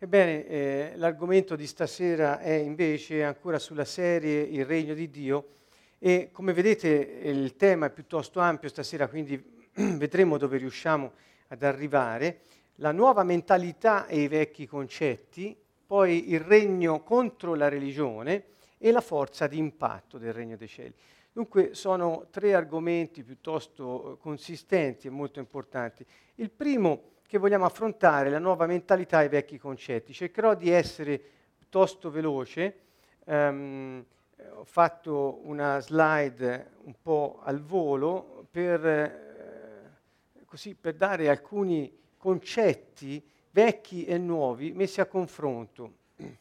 Ebbene, l'argomento di stasera è invece ancora sulla serie Il Regno di Dio e come vedete il tema è piuttosto ampio stasera, quindi vedremo dove riusciamo ad arrivare. La nuova mentalità e i vecchi concetti, poi il regno contro la religione e la forza di impatto del Regno dei Cieli. Dunque sono tre argomenti piuttosto consistenti e molto importanti. Il primo che vogliamo affrontare, la nuova mentalità e i vecchi concetti. Cercherò di essere piuttosto veloce, ho fatto una slide un po' al volo così, per dare alcuni concetti vecchi e nuovi messi a confronto.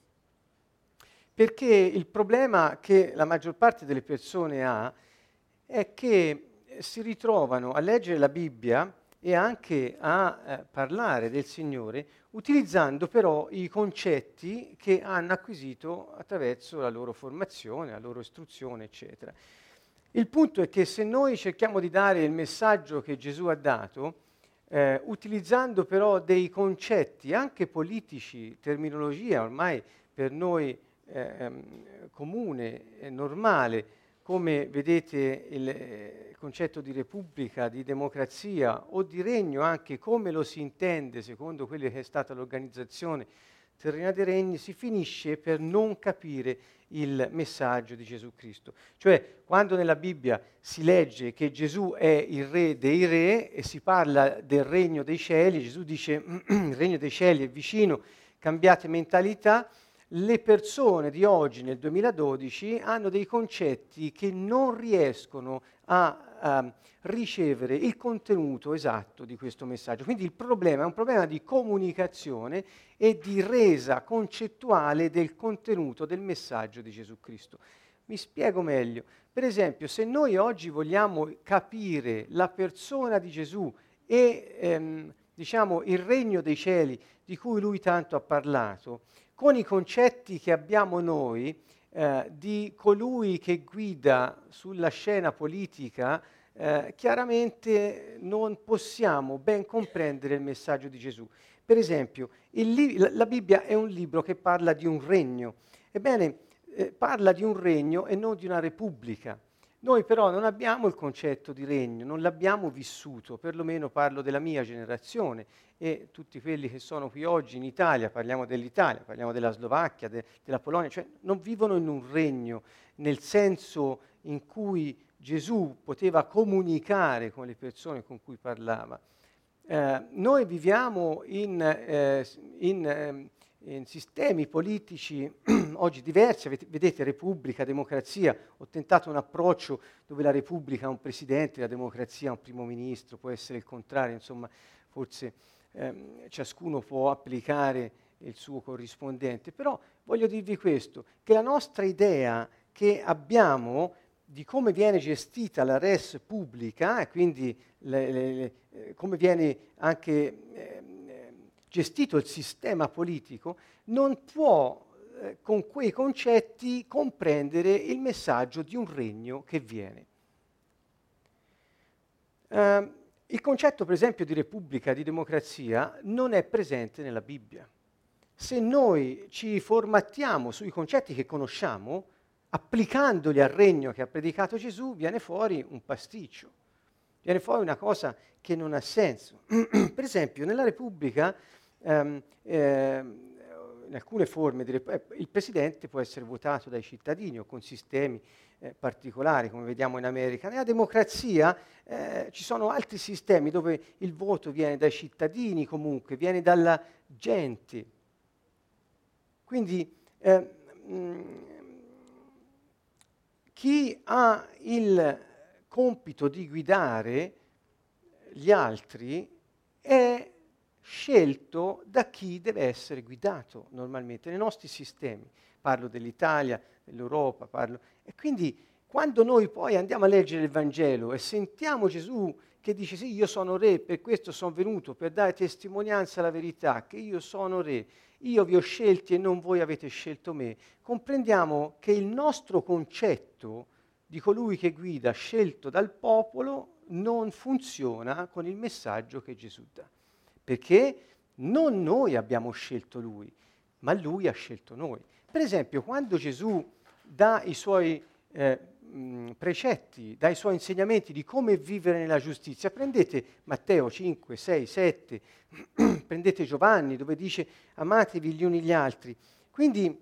Perché il problema che la maggior parte delle persone ha è che si ritrovano a leggere la Bibbia e anche a parlare del Signore, utilizzando però i concetti che hanno acquisito attraverso la loro formazione, la loro istruzione, eccetera. Il punto è che se noi cerchiamo di dare il messaggio che Gesù ha dato, utilizzando però dei concetti anche politici, terminologia ormai per noi comune e normale, come vedete il concetto di repubblica, di democrazia o di regno, anche come lo si intende secondo quella che è stata l'organizzazione terrena dei regni, si finisce per non capire il messaggio di Gesù Cristo. Cioè, quando nella Bibbia si legge che Gesù è il re dei re e si parla del regno dei cieli, Gesù dice il regno dei cieli è vicino, cambiate mentalità, le persone di oggi, nel 2012, hanno dei concetti che non riescono a ricevere il contenuto esatto di questo messaggio. Quindi il problema è un problema di comunicazione e di resa concettuale del contenuto del messaggio di Gesù Cristo. Mi spiego meglio. Per esempio, se noi oggi vogliamo capire la persona di Gesù e diciamo il regno dei cieli di cui lui tanto ha parlato, con i concetti che abbiamo noi di colui che guida sulla scena politica, chiaramente non possiamo ben comprendere il messaggio di Gesù. Per esempio, la Bibbia è un libro che parla di un regno. Ebbene, parla di un regno e non di una repubblica. Noi però non abbiamo il concetto di regno, non l'abbiamo vissuto, perlomeno parlo della mia generazione e tutti quelli che sono qui oggi in Italia, parliamo dell'Italia, parliamo della Slovacchia, della Polonia, cioè non vivono in un regno nel senso in cui Gesù poteva comunicare con le persone con cui parlava. Noi viviamo in sistemi politici oggi diversi, vedete Repubblica, democrazia, ho tentato un approccio dove la Repubblica ha un presidente, la democrazia ha un primo ministro, può essere il contrario, insomma forse ciascuno può applicare il suo corrispondente, però voglio dirvi questo, che la nostra idea che abbiamo di come viene gestita la res pubblica e quindi come viene anche gestito il sistema politico, non può con quei concetti comprendere il messaggio di un regno che viene. Il concetto, per esempio, di repubblica, di democrazia, non è presente nella Bibbia. Se noi ci formattiamo sui concetti che conosciamo, applicandoli al regno che ha predicato Gesù, viene fuori un pasticcio, viene fuori una cosa che non ha senso. Per esempio, nella Repubblica, in alcune forme il presidente può essere votato dai cittadini o con sistemi particolari, come vediamo in America. Nella democrazia ci sono altri sistemi dove il voto viene dai cittadini comunque, viene dalla gente. Quindi chi ha il compito di guidare gli altri è scelto da chi deve essere guidato normalmente nei nostri sistemi. Parlo dell'Italia, dell'Europa, e quindi quando noi poi andiamo a leggere il Vangelo e sentiamo Gesù che dice sì, io sono re, per questo sono venuto, per dare testimonianza alla verità, che io sono re, io vi ho scelti e non voi avete scelto me, comprendiamo che il nostro concetto di colui che guida scelto dal popolo non funziona con il messaggio che Gesù dà. Perché non noi abbiamo scelto lui, ma lui ha scelto noi. Per esempio, quando Gesù dà i suoi precetti, dà i suoi insegnamenti di come vivere nella giustizia, prendete Matteo 5, 6, 7, prendete Giovanni dove dice amatevi gli uni gli altri. Quindi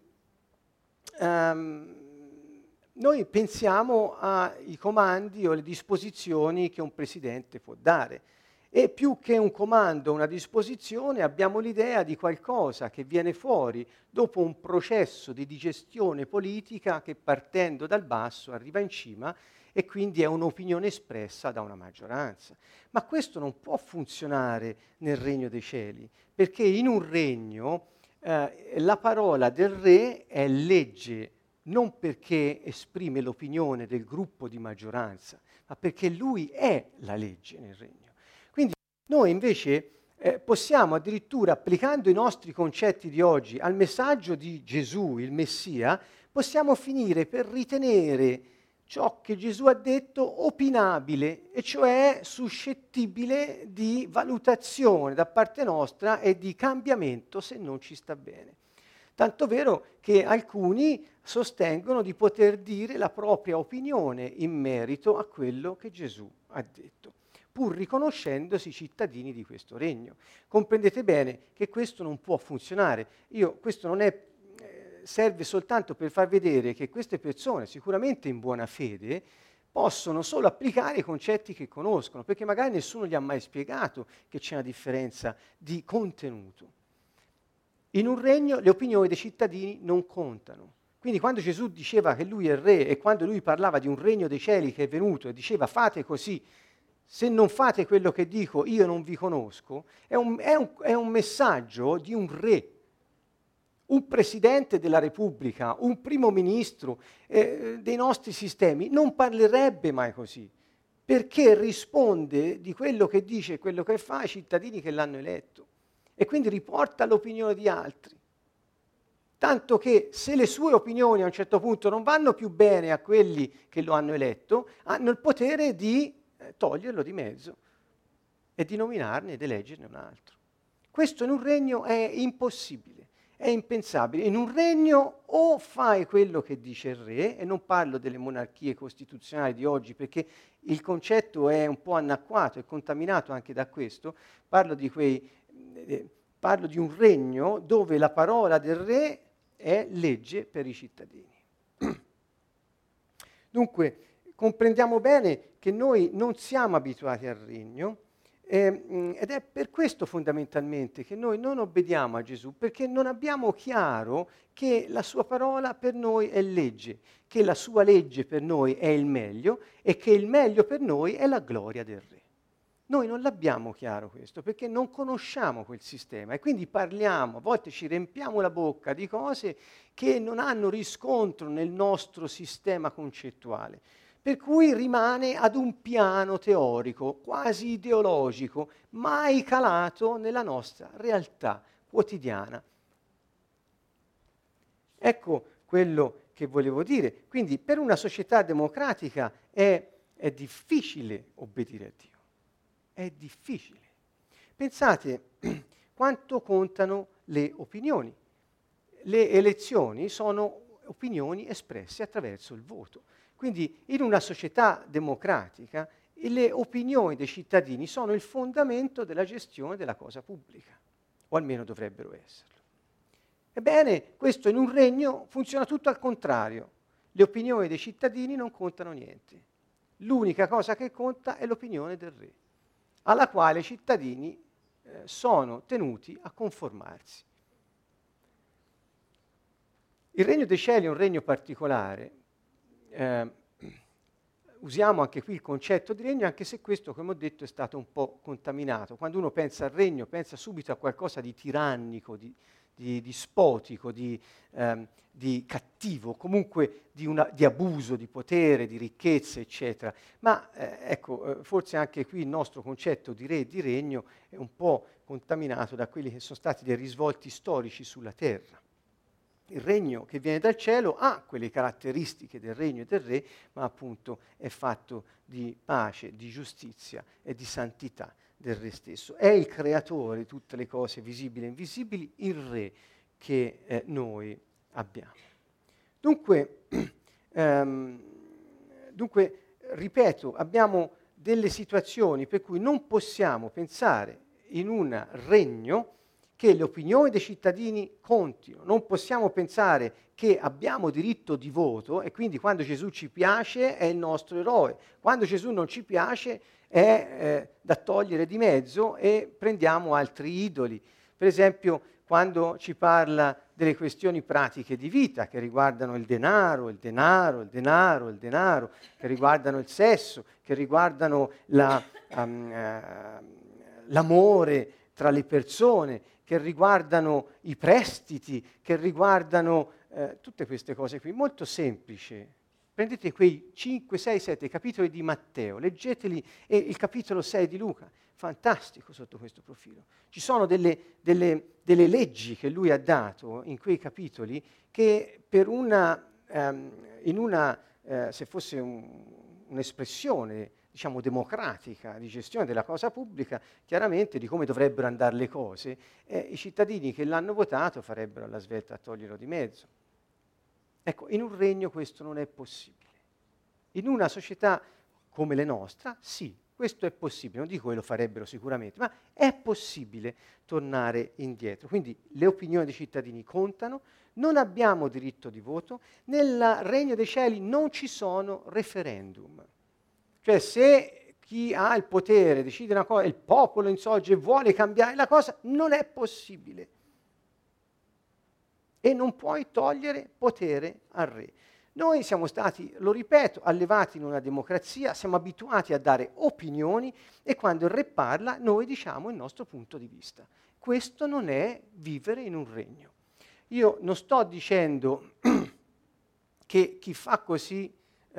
noi pensiamo ai comandi o alle disposizioni che un presidente può dare. E più che un comando, una disposizione, abbiamo l'idea di qualcosa che viene fuori dopo un processo di digestione politica che partendo dal basso arriva in cima e quindi è un'opinione espressa da una maggioranza. Ma questo non può funzionare nel regno dei cieli, perché in un regno la parola del re è legge, non perché esprime l'opinione del gruppo di maggioranza, ma perché lui è la legge nel regno. Noi invece possiamo addirittura, applicando i nostri concetti di oggi al messaggio di Gesù, il Messia, possiamo finire per ritenere ciò che Gesù ha detto opinabile, e cioè suscettibile di valutazione da parte nostra e di cambiamento se non ci sta bene. Tanto vero che alcuni sostengono di poter dire la propria opinione in merito a quello che Gesù ha detto, pur riconoscendosi cittadini di questo regno. Comprendete bene che questo non può funzionare. Questo non è, serve soltanto per far vedere che queste persone, sicuramente in buona fede, possono solo applicare i concetti che conoscono, perché magari nessuno gli ha mai spiegato che c'è una differenza di contenuto. In un regno le opinioni dei cittadini non contano. Quindi quando Gesù diceva che lui è il re e quando lui parlava di un regno dei cieli che è venuto e diceva fate così, se non fate quello che dico io non vi conosco, è un messaggio di un re, un presidente della Repubblica, un primo ministro dei nostri sistemi, non parlerebbe mai così, perché risponde di quello che dice e quello che fa ai cittadini che l'hanno eletto e quindi riporta l'opinione di altri. Tanto che se le sue opinioni a un certo punto non vanno più bene a quelli che lo hanno eletto, hanno il potere di toglierlo di mezzo e di nominarne ed eleggerne un altro. Questo in un regno è impossibile, è impensabile. In un regno o fai quello che dice il re, e non parlo delle monarchie costituzionali di oggi perché il concetto è un po' anacquato e contaminato anche da questo, parlo di un regno dove la parola del re è legge per i cittadini. Dunque, comprendiamo bene che noi non siamo abituati al regno ed è per questo fondamentalmente che noi non obbediamo a Gesù, perché non abbiamo chiaro che la sua parola per noi è legge, che la sua legge per noi è il meglio e che il meglio per noi è la gloria del re. Noi non l'abbiamo chiaro questo perché non conosciamo quel sistema e quindi parliamo, a volte ci riempiamo la bocca di cose che non hanno riscontro nel nostro sistema concettuale, per cui rimane ad un piano teorico, quasi ideologico, mai calato nella nostra realtà quotidiana. Ecco quello che volevo dire. Quindi per una società democratica è difficile obbedire a Dio. È difficile. Pensate quanto contano le opinioni. Le elezioni sono opinioni espresse attraverso il voto. Quindi in una società democratica le opinioni dei cittadini sono il fondamento della gestione della cosa pubblica, o almeno dovrebbero esserlo. Ebbene, questo in un regno funziona tutto al contrario. Le opinioni dei cittadini non contano niente. L'unica cosa che conta è l'opinione del re, alla quale i cittadini sono tenuti a conformarsi. Il regno dei cieli è un regno particolare. Usiamo anche qui il concetto di regno, anche se questo, come ho detto, è stato un po' contaminato. Quando uno pensa al regno, pensa subito a qualcosa di tirannico, di dispotico, di cattivo, comunque di abuso di potere, di ricchezze, eccetera. Ma forse anche qui il nostro concetto di re e di regno è un po' contaminato da quelli che sono stati dei risvolti storici sulla terra. Il regno che viene dal cielo ha quelle caratteristiche del regno e del re, ma appunto è fatto di pace, di giustizia e di santità del re stesso. È il creatore di tutte le cose visibili e invisibili, il re, che noi abbiamo. Dunque, ripeto, abbiamo delle situazioni per cui non possiamo pensare in un regno che le opinioni dei cittadini contino, non possiamo pensare che abbiamo diritto di voto e quindi quando Gesù ci piace è il nostro eroe, quando Gesù non ci piace è da togliere di mezzo e prendiamo altri idoli. Per esempio, quando ci parla delle questioni pratiche di vita che riguardano il denaro, che riguardano il sesso, che riguardano l'amore tra le persone, che riguardano i prestiti, che riguardano tutte queste cose qui, molto semplici. Prendete quei 5, 6, 7 capitoli di Matteo, leggeteli, e il capitolo 6 di Luca, fantastico sotto questo profilo. Ci sono delle leggi che lui ha dato in quei capitoli che per se fosse un'espressione diciamo democratica di gestione della cosa pubblica, chiaramente di come dovrebbero andare le cose, i cittadini che l'hanno votato farebbero la svelta a toglierlo di mezzo. Ecco, in un regno questo non è possibile. In una società come la nostra, sì, questo è possibile. Non dico che lo farebbero sicuramente, ma è possibile tornare indietro. Quindi le opinioni dei cittadini contano, non abbiamo diritto di voto, nel regno dei cieli non ci sono referendum. Cioè se chi ha il potere decide una cosa, il popolo insorge e vuole cambiare la cosa, non è possibile. E non puoi togliere potere al re. Noi siamo stati, lo ripeto, allevati in una democrazia, siamo abituati a dare opinioni e quando il re parla noi diciamo il nostro punto di vista. Questo non è vivere in un regno. Io non sto dicendo che chi fa così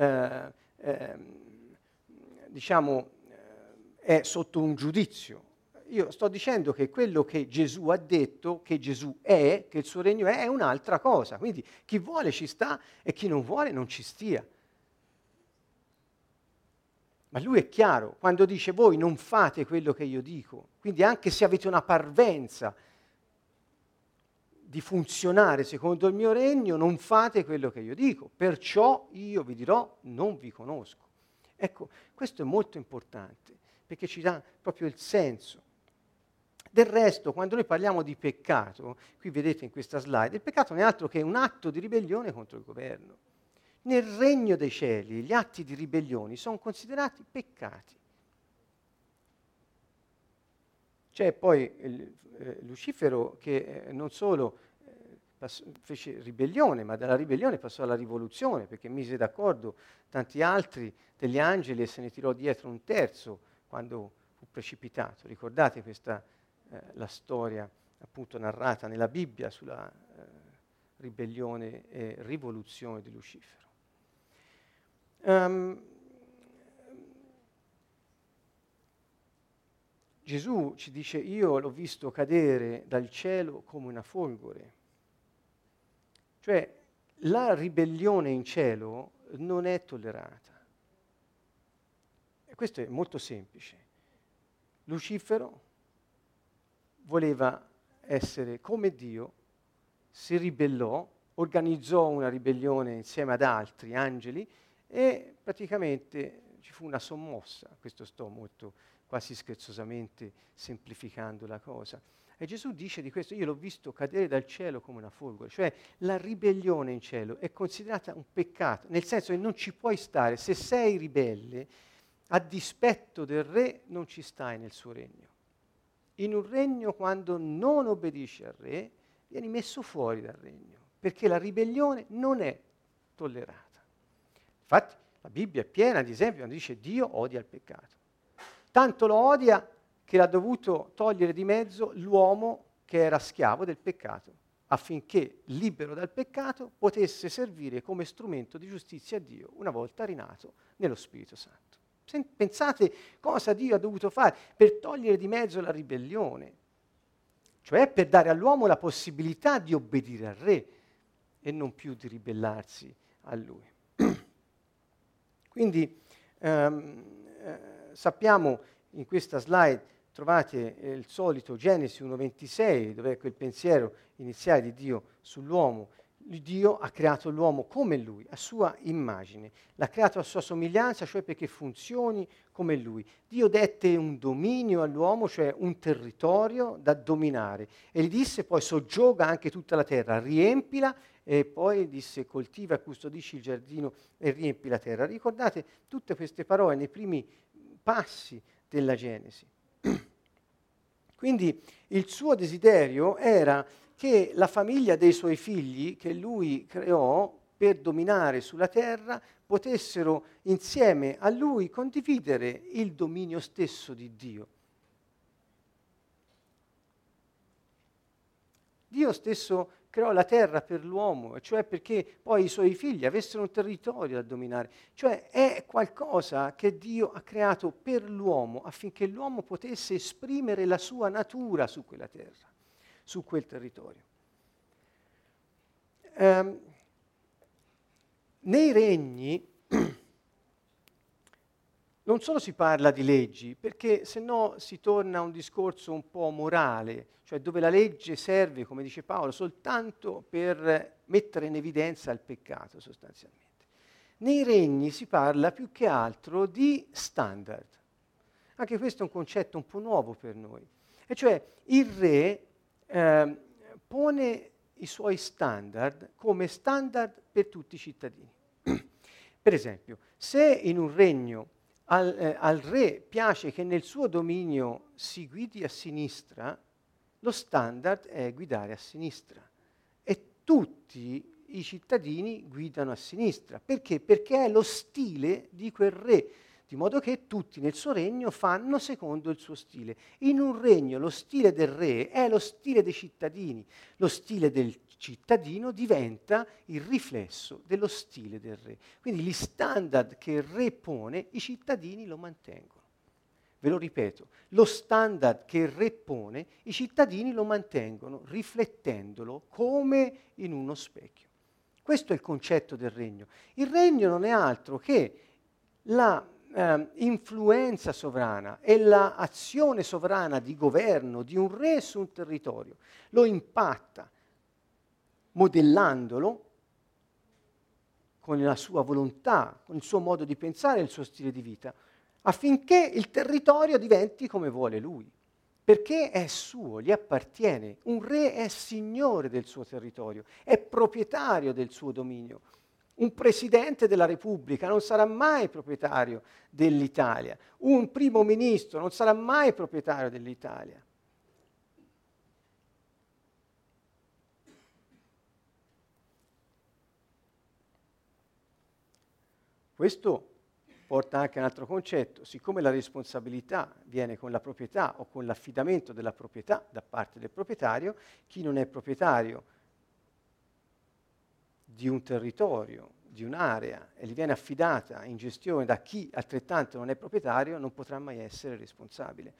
è sotto un giudizio. Io sto dicendo che quello che Gesù ha detto, che Gesù è, che il suo regno è un'altra cosa. Quindi chi vuole ci sta e chi non vuole non ci stia. Ma lui è chiaro, quando dice voi non fate quello che io dico, quindi anche se avete una parvenza di funzionare secondo il mio regno, non fate quello che io dico, perciò io vi dirò non vi conosco. Ecco, questo è molto importante, perché ci dà proprio il senso. Del resto, quando noi parliamo di peccato, qui vedete in questa slide, il peccato non è altro che un atto di ribellione contro il governo. Nel regno dei cieli gli atti di ribellione sono considerati peccati. C'è poi Lucifero che non solo fece ribellione, ma dalla ribellione passò alla rivoluzione, perché mise d'accordo tanti altri degli angeli e se ne tirò dietro un terzo quando fu precipitato. Ricordate questa la storia appunto narrata nella Bibbia sulla ribellione e rivoluzione di Lucifero. Gesù ci dice: io l'ho visto cadere dal cielo come una folgore. Cioè, la ribellione in cielo non è tollerata. E questo è molto semplice. Lucifero voleva essere come Dio, si ribellò, organizzò una ribellione insieme ad altri angeli e praticamente ci fu una sommossa. Questo sto molto quasi scherzosamente semplificando la cosa. E Gesù dice di questo: io l'ho visto cadere dal cielo come una folgore, cioè la ribellione in cielo è considerata un peccato, nel senso che non ci puoi stare, se sei ribelle, a dispetto del re non ci stai nel suo regno. In un regno, quando non obbedisci al re, vieni messo fuori dal regno, perché la ribellione non è tollerata. Infatti la Bibbia è piena di esempi quando dice Dio odia il peccato. Tanto lo odia che l'ha dovuto togliere di mezzo l'uomo che era schiavo del peccato, affinché, libero dal peccato, potesse servire come strumento di giustizia a Dio, una volta rinato nello Spirito Santo. Pensate cosa Dio ha dovuto fare per togliere di mezzo la ribellione, cioè per dare all'uomo la possibilità di obbedire al re e non più di ribellarsi a lui. Quindi sappiamo in questa slide trovate il solito Genesi 1,26, dove è quel pensiero iniziale di Dio sull'uomo. Dio ha creato l'uomo come lui, a sua immagine. L'ha creato a sua somiglianza, cioè perché funzioni come lui. Dio dette un dominio all'uomo, cioè un territorio da dominare. E gli disse poi soggioga anche tutta la terra, riempila, e poi disse coltiva e custodisci il giardino e riempi la terra. Ricordate tutte queste parole nei primi passi della Genesi. Quindi il suo desiderio era che la famiglia dei suoi figli, che lui creò per dominare sulla terra, potessero insieme a lui condividere il dominio stesso di Dio. Dio stesso creò la terra per l'uomo, cioè perché poi i suoi figli avessero un territorio da dominare. Cioè è qualcosa che Dio ha creato per l'uomo affinché l'uomo potesse esprimere la sua natura su quella terra, su quel territorio. Nei regni non solo si parla di leggi, perché se no si torna a un discorso un po' morale, cioè dove la legge serve, come dice Paolo, soltanto per mettere in evidenza il peccato sostanzialmente. Nei regni si parla più che altro di standard. Anche questo è un concetto un po' nuovo per noi. E cioè il re pone i suoi standard come standard per tutti i cittadini. Per esempio, se in un regno al re piace che nel suo dominio si guidi a sinistra, lo standard è guidare a sinistra. E tutti i cittadini guidano a sinistra. Perché? Perché è lo stile di quel re, di modo che tutti nel suo regno fanno secondo il suo stile. In un regno lo stile del re è lo stile dei cittadini. Lo stile del cittadino diventa il riflesso dello stile del re. Quindi gli standard che il re pone, i cittadini lo mantengono. Ve lo ripeto, lo standard che il re pone, i cittadini lo mantengono, riflettendolo come in uno specchio. Questo è il concetto del regno. Il regno non è altro che la influenza sovrana e l'azione sovrana di governo di un re su un territorio. Lo impatta, modellandolo con la sua volontà, con il suo modo di pensare e il suo stile di vita, affinché il territorio diventi come vuole lui, perché è suo, gli appartiene. Un re è signore del suo territorio, è proprietario del suo dominio. Un presidente della Repubblica non sarà mai proprietario dell'Italia, un primo ministro non sarà mai proprietario dell'Italia. Questo porta anche a un altro concetto: siccome la responsabilità viene con la proprietà o con l'affidamento della proprietà da parte del proprietario, chi non è proprietario di un territorio, di un'area, e gli viene affidata in gestione da chi altrettanto non è proprietario, non potrà mai essere responsabile.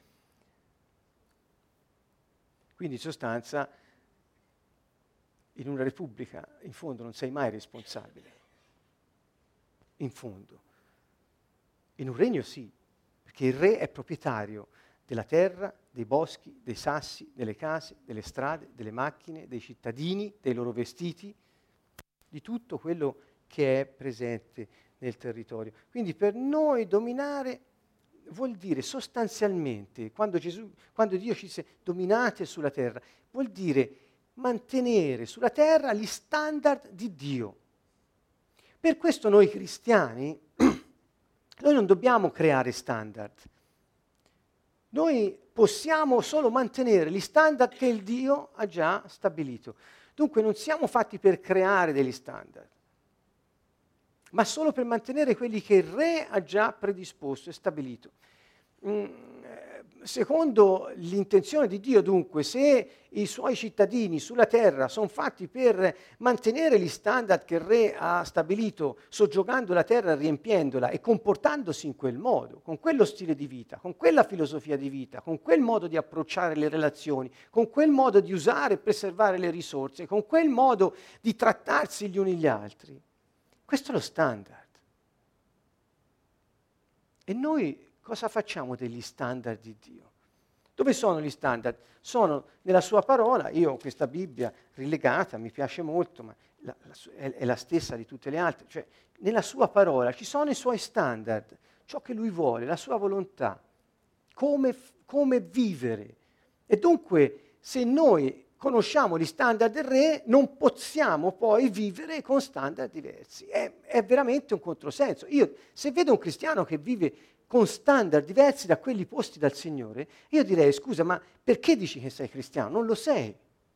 Quindi in sostanza, in una repubblica, in fondo non sei mai responsabile. In fondo. In un regno sì, perché il re è proprietario della terra, dei boschi, dei sassi, delle case, delle strade, delle macchine, dei cittadini, dei loro vestiti, di tutto quello che è presente nel territorio. Quindi per noi dominare vuol dire sostanzialmente, quando Dio ci dice dominate sulla terra, vuol dire mantenere sulla terra gli standard di Dio. Per questo noi cristiani, noi non dobbiamo creare standard. Noi possiamo solo mantenere gli standard che il Dio ha già stabilito. Dunque non siamo fatti per creare degli standard, ma solo per mantenere quelli che il Re ha già predisposto e stabilito. Secondo l'intenzione di Dio, dunque, se i suoi cittadini sulla terra sono fatti per mantenere gli standard che il Re ha stabilito, soggiogando la terra, riempiendola e comportandosi in quel modo, con quello stile di vita, con quella filosofia di vita, con quel modo di approcciare le relazioni, con quel modo di usare e preservare le risorse, con quel modo di trattarsi gli uni gli altri, questo è lo standard. E noi cosa facciamo degli standard di Dio? Dove sono gli standard? Sono nella sua parola. Io ho questa Bibbia rilegata, mi piace molto, ma è la stessa di tutte le altre. Cioè, nella sua parola ci sono i suoi standard, ciò che lui vuole, la sua volontà, come vivere. E dunque, se noi conosciamo gli standard del re, non possiamo poi vivere con standard diversi. È veramente un controsenso. Io, se vedo un cristiano che vive con standard diversi da quelli posti dal Signore, io direi, scusa, ma perché dici che sei cristiano? Non lo sei.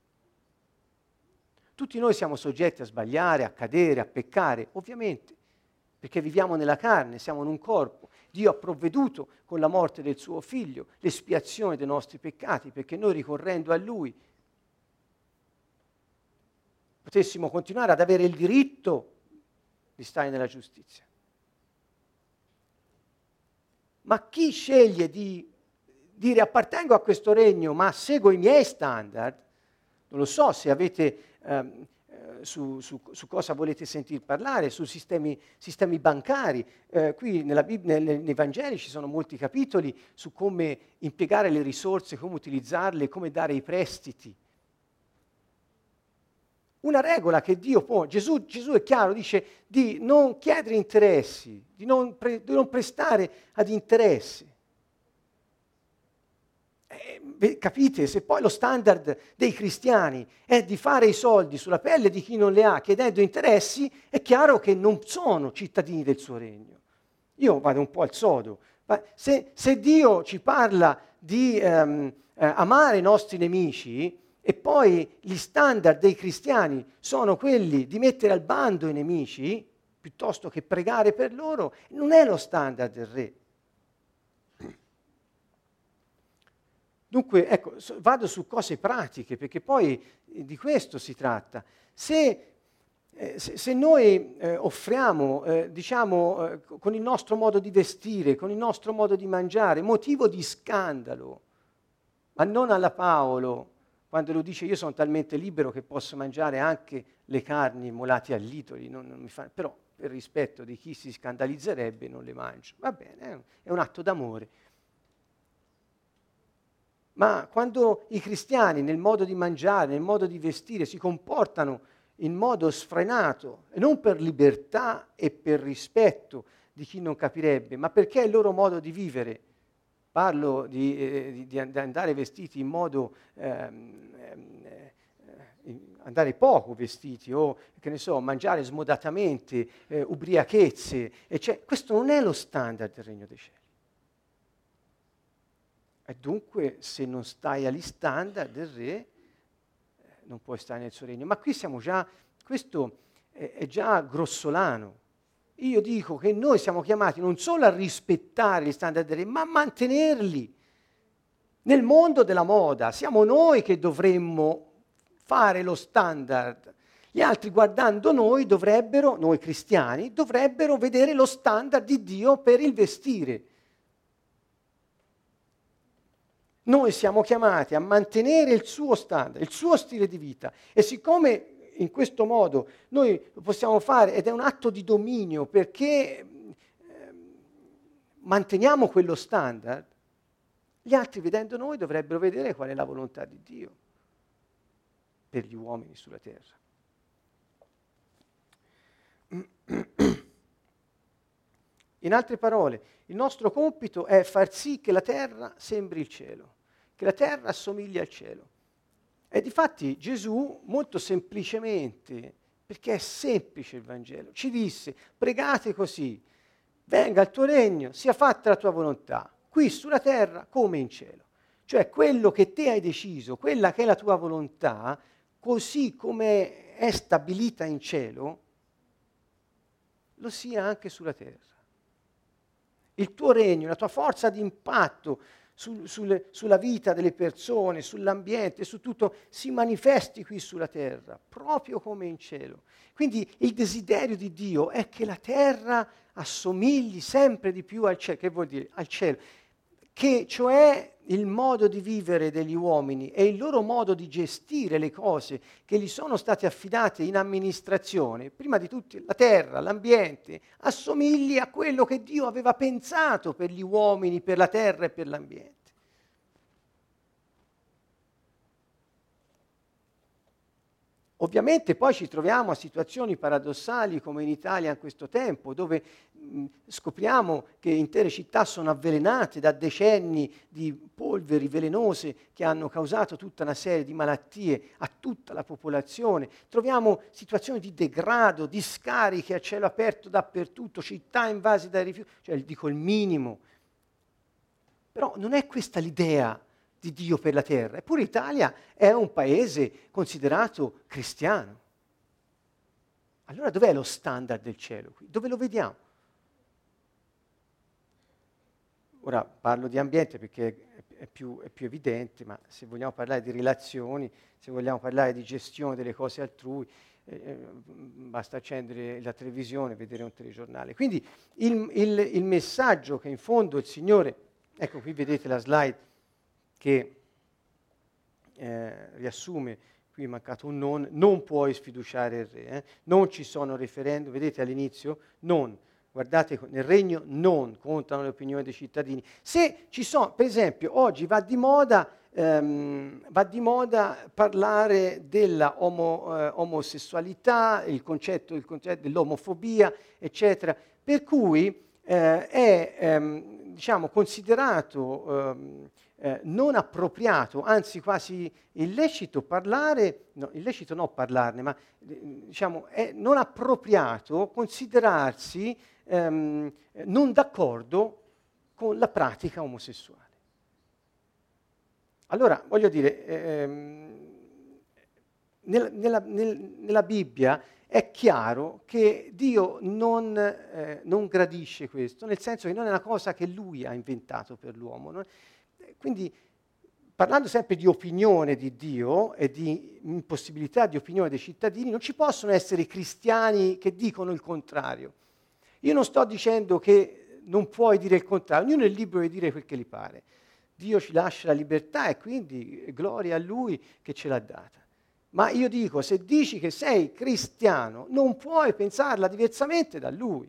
Tutti noi siamo soggetti a sbagliare, a cadere, a peccare, ovviamente, perché viviamo nella carne, siamo in un corpo. Dio ha provveduto con la morte del suo figlio l'espiazione dei nostri peccati, perché noi ricorrendo a Lui potessimo continuare ad avere il diritto di stare nella giustizia. Ma chi sceglie di dire appartengo a questo regno ma seguo i miei standard, non lo so se avete su cosa volete sentir parlare, su sistemi bancari. Qui nella Bibbia, nei Vangeli ci sono molti capitoli su come impiegare le risorse, come utilizzarle, come dare i prestiti. Una regola che Dio pone, Gesù è chiaro, dice di non chiedere interessi, di non prestare ad interessi. Capite? Se poi lo standard dei cristiani è di fare i soldi sulla pelle di chi non le ha chiedendo interessi, è chiaro che non sono cittadini del suo regno. Io vado un po' al sodo. Se Dio ci parla di amare i nostri nemici, e poi gli standard dei cristiani sono quelli di mettere al bando i nemici, piuttosto che pregare per loro, non è lo standard del re. Dunque, ecco, vado su cose pratiche, perché poi di questo si tratta. Se noi offriamo, con il nostro modo di vestire, con il nostro modo di mangiare, motivo di scandalo, ma non alla Paolo, quando lo dice io sono talmente libero che posso mangiare anche le carni immolate a litoli, però per rispetto di chi si scandalizzerebbe non le mangio. Va bene, è un atto d'amore. Ma quando i cristiani nel modo di mangiare, nel modo di vestire, si comportano in modo sfrenato, e non per libertà e per rispetto di chi non capirebbe, ma perché è il loro modo di vivere, parlo di andare vestiti in modo, andare poco vestiti o, che ne so, mangiare smodatamente, ubriachezze, questo non è lo standard del Regno dei Cieli. E dunque, se non stai agli standard del Re, non puoi stare nel suo regno. Ma qui siamo già, questo è già grossolano. Io dico che noi siamo chiamati non solo a rispettare gli standard del Re, ma a mantenerli. Nel mondo della moda siamo noi che dovremmo fare lo standard. Gli altri guardando noi noi cristiani, dovrebbero vedere lo standard di Dio per il vestire. Noi siamo chiamati a mantenere il suo standard, il suo stile di vita. E siccome in questo modo noi lo possiamo fare, ed è un atto di dominio, perché manteniamo quello standard, gli altri vedendo noi dovrebbero vedere qual è la volontà di Dio per gli uomini sulla terra. In altre parole, il nostro compito è far sì che la terra sembri il cielo, che la terra assomigli al cielo. E difatti Gesù, molto semplicemente, perché è semplice il Vangelo, ci disse: pregate così, venga il tuo regno, sia fatta la tua volontà, qui sulla terra come in cielo. Cioè quello che te hai deciso, quella che è la tua volontà, così come è stabilita in cielo, lo sia anche sulla terra. Il tuo regno, la tua forza di impatto sulla vita delle persone, sull'ambiente, su tutto, si manifesti qui sulla terra, proprio come in cielo. Quindi il desiderio di Dio è che la terra assomigli sempre di più al cielo. Che vuol dire? Al cielo. Che cioè il modo di vivere degli uomini e il loro modo di gestire le cose che gli sono state affidate in amministrazione, prima di tutto la terra, l'ambiente, assomigli a quello che Dio aveva pensato per gli uomini, per la terra e per l'ambiente. Ovviamente poi ci troviamo a situazioni paradossali come in Italia in questo tempo, dove scopriamo che intere città sono avvelenate da decenni di polveri velenose che hanno causato tutta una serie di malattie a tutta la popolazione. Troviamo situazioni di degrado, di scariche a cielo aperto dappertutto, città invase dai rifiuti, cioè dico il minimo. Però non è questa l'idea di Dio per la terra. Eppure l'Italia è un paese considerato cristiano. Allora dov'è lo standard del cielo qui? Dove lo vediamo? Ora parlo di ambiente perché è più evidente, ma se vogliamo parlare di relazioni, se vogliamo parlare di gestione delle cose altrui, basta accendere la televisione e vedere un telegiornale. Quindi il messaggio che in fondo il Signore, ecco qui vedete la slide che riassume, qui è mancato un non puoi sfiduciare il re, non ci sono referendum, vedete all'inizio, non, guardate nel regno non contano le opinioni dei cittadini. Se ci sono, per esempio, oggi va di moda parlare della omosessualità, il concetto dell'omofobia, eccetera, per cui è diciamo, considerato non appropriato, anzi quasi illecito parlare, no, illecito no parlarne, ma diciamo è non appropriato considerarsi non d'accordo con la pratica omosessuale. Allora, voglio dire, nella Bibbia è chiaro che Dio non gradisce questo, nel senso che non è una cosa che Lui ha inventato per l'uomo. No? Quindi, parlando sempre di opinione di Dio e di impossibilità di opinione dei cittadini, non ci possono essere cristiani che dicono il contrario. Io non sto dicendo che non puoi dire il contrario, ognuno è libero di dire quel che gli pare. Dio ci lascia la libertà e quindi gloria a Lui che ce l'ha data. Ma io dico, se dici che sei cristiano, non puoi pensarla diversamente da Lui.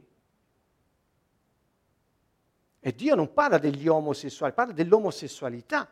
E Dio non parla degli omosessuali, parla dell'omosessualità.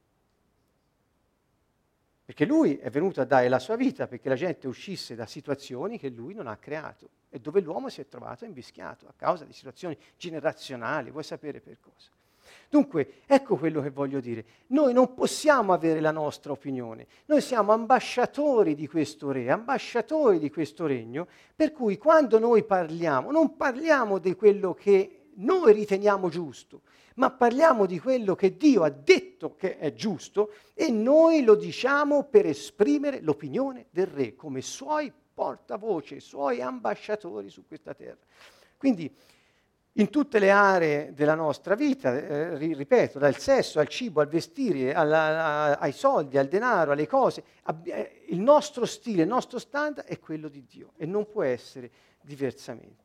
Perché Lui è venuto a dare la sua vita perché la gente uscisse da situazioni che Lui non ha creato e dove l'uomo si è trovato invischiato a causa di situazioni generazionali, vuoi sapere per cosa? Dunque, ecco quello che voglio dire. Noi non possiamo avere la nostra opinione. Noi siamo ambasciatori di questo re, ambasciatori di questo regno, per cui quando noi parliamo, non parliamo di quello che noi riteniamo giusto, ma parliamo di quello che Dio ha detto che è giusto e noi lo diciamo per esprimere l'opinione del re, come suoi portavoce, suoi ambasciatori su questa terra. Quindi, in tutte le aree della nostra vita, ripeto, dal sesso al cibo, al vestire, ai soldi, al denaro, alle cose, il nostro stile, il nostro standard è quello di Dio e non può essere diversamente.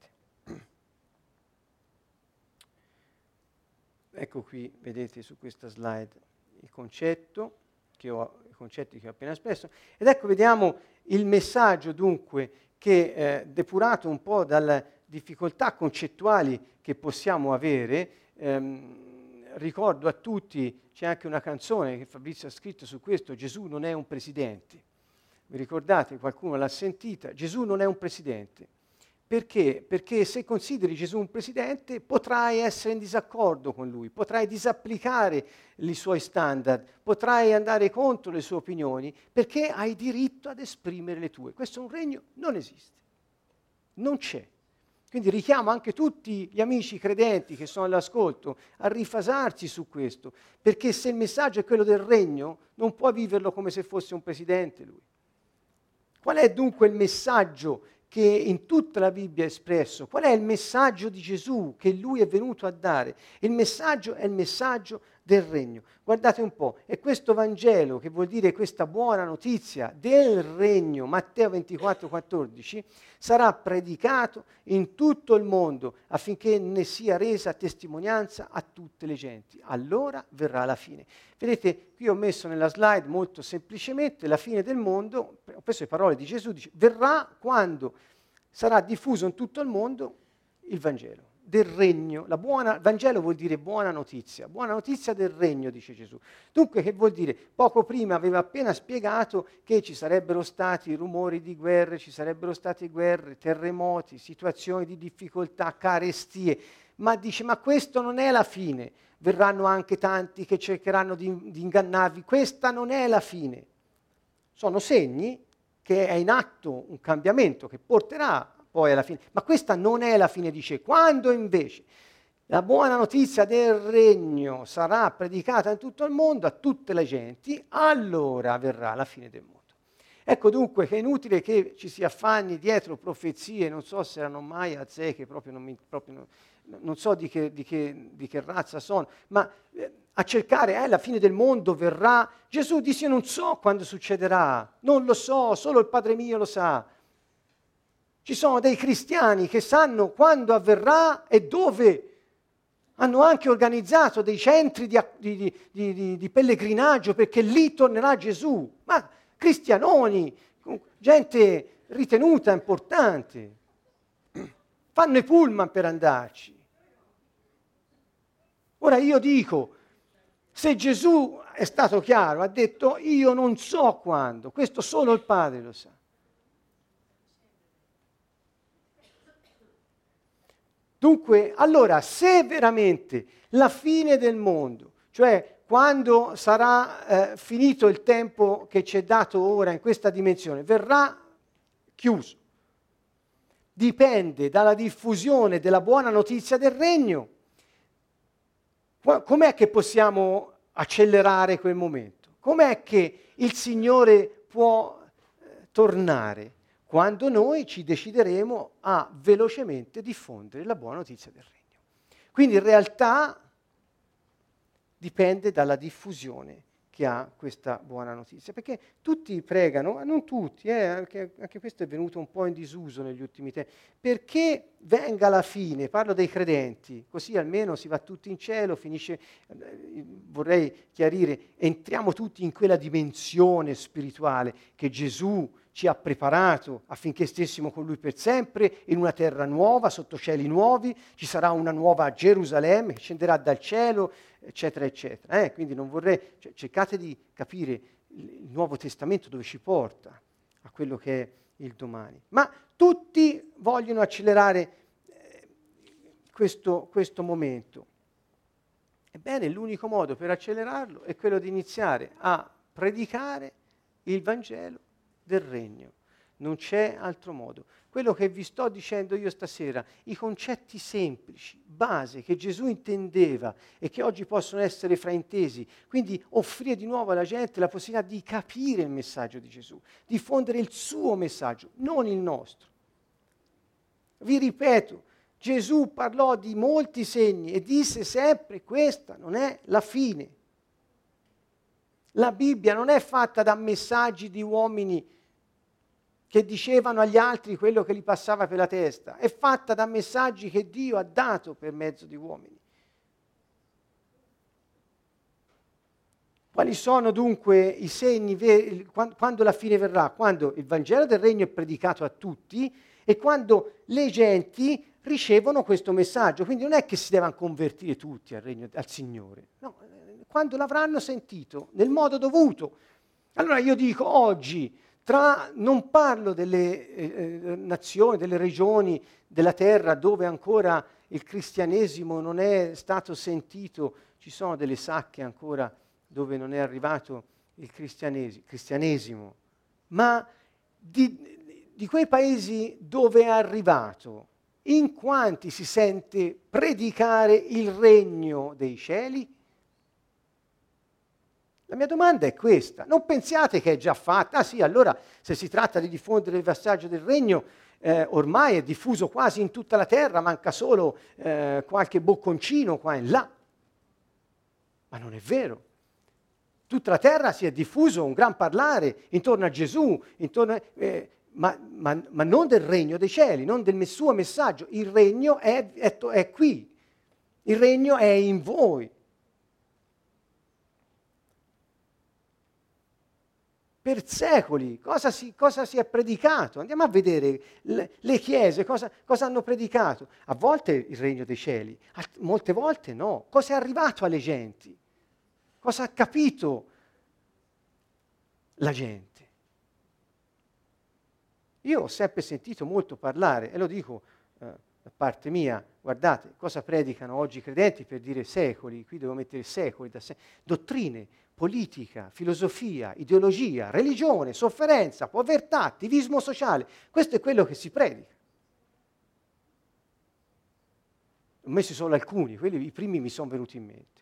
Ecco qui, vedete su questa slide i concetti che ho appena espresso. Ed ecco, vediamo il messaggio dunque che, depurato un po' dalle difficoltà concettuali che possiamo avere, ricordo a tutti, c'è anche una canzone che Fabrizio ha scritto su questo, Gesù non è un presidente. Vi ricordate? Qualcuno l'ha sentita? Gesù non è un presidente. Perché? Perché se consideri Gesù un presidente potrai essere in disaccordo con lui, potrai disapplicare i suoi standard, potrai andare contro le sue opinioni, perché hai diritto ad esprimere le tue. Questo è un regno, non esiste, non c'è. Quindi richiamo anche tutti gli amici credenti che sono all'ascolto a rifasarsi su questo, perché se il messaggio è quello del regno, non può viverlo come se fosse un presidente lui. Qual è dunque il messaggio che in tutta la Bibbia è espresso? Qual è il messaggio di Gesù che Lui è venuto a dare? Il messaggio è il messaggio del regno. Guardate un po', è questo Vangelo, che vuol dire questa buona notizia del regno, Matteo 24,14, sarà predicato in tutto il mondo affinché ne sia resa testimonianza a tutte le genti. Allora verrà la fine. Vedete, qui ho messo nella slide molto semplicemente la fine del mondo, ho preso le parole di Gesù, dice, verrà quando sarà diffuso in tutto il mondo il Vangelo. del regno. Vangelo vuol dire buona notizia del regno, dice Gesù. Dunque che vuol dire? Poco prima aveva appena spiegato che ci sarebbero stati rumori di guerre, ci sarebbero state guerre, terremoti, situazioni di difficoltà, carestie, ma dice, ma questo non è la fine, verranno anche tanti che cercheranno di ingannarvi, questa non è la fine. Sono segni che è in atto un cambiamento che porterà poi alla fine, ma questa non è la fine, dice, quando invece la buona notizia del regno sarà predicata in tutto il mondo a tutte le genti, allora verrà la fine del mondo. Ecco dunque che è inutile che ci si affanni dietro profezie, non so se erano mai azzeche, non so di che razza sono, ma a cercare la fine del mondo verrà. Gesù disse, io non so quando succederà, non lo so, solo il Padre mio lo sa. Ci sono dei cristiani che sanno quando avverrà e dove. Hanno anche organizzato dei centri di pellegrinaggio perché lì tornerà Gesù. Ma cristianoni, gente ritenuta importante, fanno i pullman per andarci. Ora io dico, se Gesù è stato chiaro, ha detto io non so quando, questo solo il Padre lo sa. Dunque, allora, se veramente la fine del mondo, cioè quando sarà finito il tempo che ci è dato ora in questa dimensione, verrà chiuso, dipende dalla diffusione della buona notizia del regno. Com'è che possiamo accelerare quel momento? Com'è che il Signore può tornare? Quando noi ci decideremo a velocemente diffondere la buona notizia del regno. Quindi in realtà dipende dalla diffusione che ha questa buona notizia, perché tutti pregano, non tutti, anche questo è venuto un po' in disuso negli ultimi tempi, perché venga la fine, parlo dei credenti, così almeno si va tutti in cielo, finisce, vorrei chiarire, entriamo tutti in quella dimensione spirituale che Gesù ci ha preparato affinché stessimo con Lui per sempre, in una terra nuova, sotto cieli nuovi, ci sarà una nuova Gerusalemme che scenderà dal cielo, eccetera, eccetera. Quindi non vorrei, cercate di capire il Nuovo Testamento dove ci porta a quello che è il domani. Ma tutti vogliono accelerare questo momento. Ebbene, l'unico modo per accelerarlo è quello di iniziare a predicare il Vangelo del regno. Non c'è altro modo. Quello che vi sto dicendo io stasera, i concetti semplici, base, che Gesù intendeva e che oggi possono essere fraintesi, quindi offrire di nuovo alla gente la possibilità di capire il messaggio di Gesù, diffondere il suo messaggio, non il nostro. Vi ripeto, Gesù parlò di molti segni e disse sempre questa non è la fine. La Bibbia non è fatta da messaggi di uomini che dicevano agli altri quello che gli passava per la testa, è fatta da messaggi che Dio ha dato per mezzo di uomini. Quali sono dunque i segni veri, quando la fine verrà? Quando il Vangelo del Regno è predicato a tutti e quando le genti ricevono questo messaggio. Quindi non è che si devono convertire tutti al Signore, no, quando l'avranno sentito nel modo dovuto. Allora io dico oggi, non parlo delle nazioni, delle regioni della terra dove ancora il cristianesimo non è stato sentito, ci sono delle sacche ancora dove non è arrivato il cristianesimo, ma di quei paesi dove è arrivato, in quanti si sente predicare il regno dei cieli? La mia domanda è questa, non pensiate che è già fatta, ah sì, allora se si tratta di diffondere il messaggio del regno, ormai è diffuso quasi in tutta la terra, manca solo qualche bocconcino qua e là. Ma non è vero. Tutta la terra si è diffuso un gran parlare intorno a Gesù, ma non del regno dei cieli, non del suo messaggio. Il regno è qui, il regno è in voi. per secoli cosa si è predicato. Andiamo a vedere le chiese cosa hanno predicato. A volte il regno dei cieli, molte volte no. Cosa è arrivato alle genti? Cosa ha capito la gente? Io ho sempre sentito molto parlare, e lo dico da parte mia, guardate cosa predicano oggi i credenti per dire secoli, qui devo mettere secoli, dottrine, politica, filosofia, ideologia, religione, sofferenza, povertà, attivismo sociale. Questo è quello che si predica. Ho messo solo alcuni, quelli i primi mi sono venuti in mente.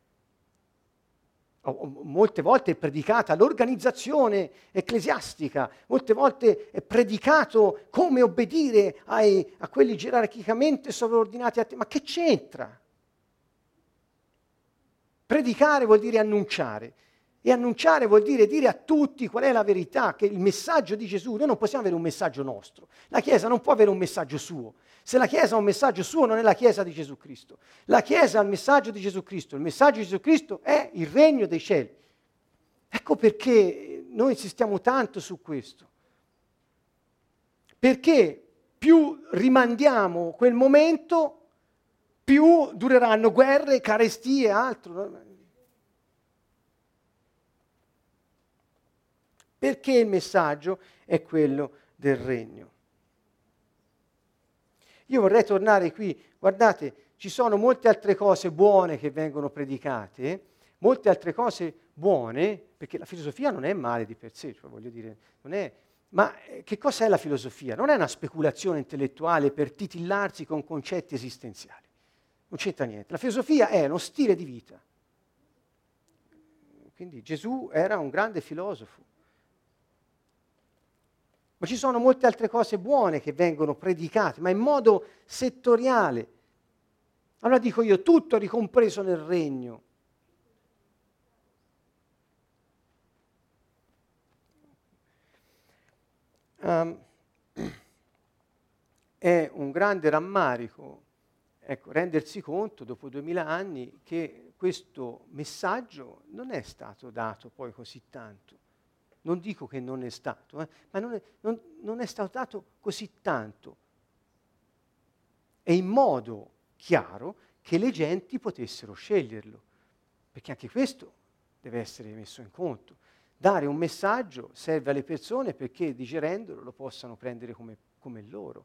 Molte volte è predicata l'organizzazione ecclesiastica, molte volte è predicato come obbedire a quelli gerarchicamente sovraordinati a te. Ma che c'entra? Predicare vuol dire annunciare, e annunciare vuol dire a tutti qual è la verità, che il messaggio di Gesù, noi non possiamo avere un messaggio nostro, la Chiesa non può avere un messaggio suo. Se la Chiesa ha un messaggio suo non è la Chiesa di Gesù Cristo. La Chiesa ha il messaggio di Gesù Cristo. Il messaggio di Gesù Cristo è il regno dei cieli. Ecco perché noi insistiamo tanto su questo. Perché più rimandiamo quel momento, più dureranno guerre, carestie e altro. Perché il messaggio è quello del regno. Io vorrei tornare qui, guardate, ci sono molte altre cose buone che vengono predicate, molte altre cose buone, perché la filosofia non è male di per sé, cioè voglio dire, non è... Ma che cosa è la filosofia? Non è una speculazione intellettuale per titillarsi con concetti esistenziali, non c'entra niente. La filosofia è uno stile di vita. Quindi Gesù era un grande filosofo. Ma ci sono molte altre cose buone che vengono predicate, ma in modo settoriale. Allora dico io, tutto è ricompreso nel regno. È un grande rammarico, ecco, rendersi conto dopo 2000 anni che questo messaggio non è stato dato poi così tanto. Non dico che non è stato, ma non è stato dato così tanto e in modo chiaro che le genti potessero sceglierlo, perché anche questo deve essere messo in conto. Dare un messaggio serve alle persone perché digerendolo lo possano prendere come loro.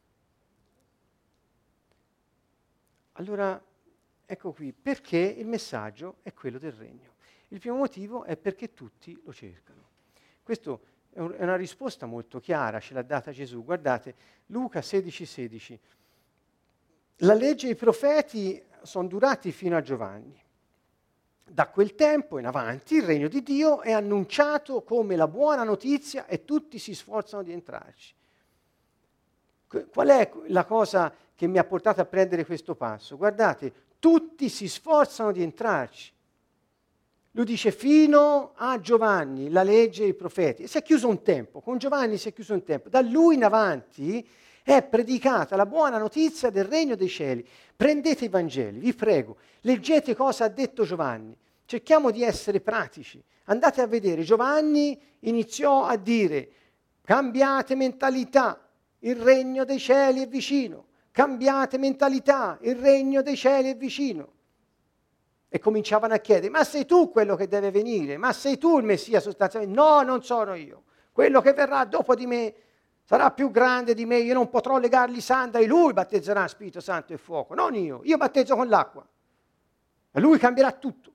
Allora, ecco qui, perché il messaggio è quello del regno. Il primo motivo è perché tutti lo cercano. Questa è una risposta molto chiara, ce l'ha data Gesù. Guardate, Luca 16,16. La legge e i profeti sono durati fino a Giovanni. Da quel tempo in avanti il regno di Dio è annunciato come la buona notizia e tutti si sforzano di entrarci. Qual è la cosa che mi ha portato a prendere questo passo? Guardate, tutti si sforzano di entrarci. Lui dice fino a Giovanni, la legge e i profeti. Si è chiuso un tempo, con Giovanni si è chiuso un tempo. Da lui in avanti è predicata la buona notizia del regno dei cieli. Prendete i Vangeli, vi prego, leggete cosa ha detto Giovanni. Cerchiamo di essere pratici. Andate a vedere, Giovanni iniziò a dire cambiate mentalità, il regno dei cieli è vicino. Cambiate mentalità, il regno dei cieli è vicino. E cominciavano a chiedere, ma sei tu quello che deve venire? Ma sei tu il Messia sostanzialmente? No, non sono io. Quello che verrà dopo di me sarà più grande di me, io non potrò legargli i sandali, lui battezzerà Spirito Santo e fuoco, non io battezzo con l'acqua. E lui cambierà tutto.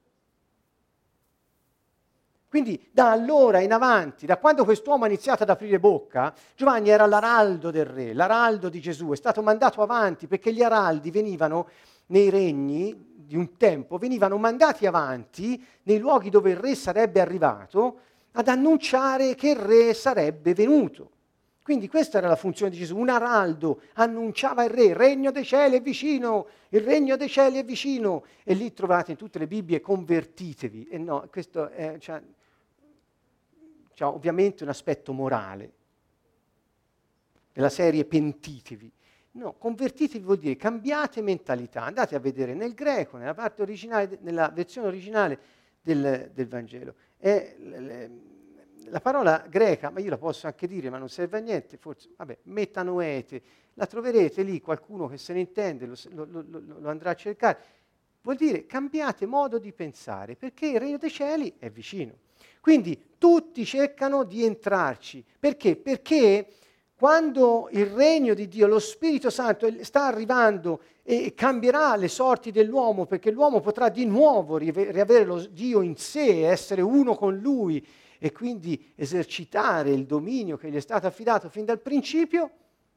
Quindi da allora in avanti, da quando quest'uomo ha iniziato ad aprire bocca, Giovanni era l'araldo del re, l'araldo di Gesù, è stato mandato avanti perché gli araldi venivano nei regni di un tempo, venivano mandati avanti nei luoghi dove il re sarebbe arrivato ad annunciare che il re sarebbe venuto. Quindi questa era la funzione di Gesù, un araldo annunciava il regno dei cieli è vicino, il regno dei cieli è vicino. E lì trovate in tutte le Bibbie convertitevi. E no, questo è, c'ha ovviamente un aspetto morale, della serie pentitevi. No, convertitevi vuol dire cambiate mentalità, andate a vedere nel greco, nella parte originale, nella versione originale del Vangelo. la parola greca, ma io la posso anche dire, ma non serve a niente, forse, vabbè, metanoete, la troverete lì, qualcuno che se ne intende lo andrà a cercare. Vuol dire cambiate modo di pensare, perché il regno dei cieli è vicino. Quindi tutti cercano di entrarci. Perché? Perché quando il regno di Dio, lo Spirito Santo sta arrivando e cambierà le sorti dell'uomo, perché l'uomo potrà di nuovo riavere lo Dio in sé, essere uno con Lui e quindi esercitare il dominio che gli è stato affidato fin dal principio,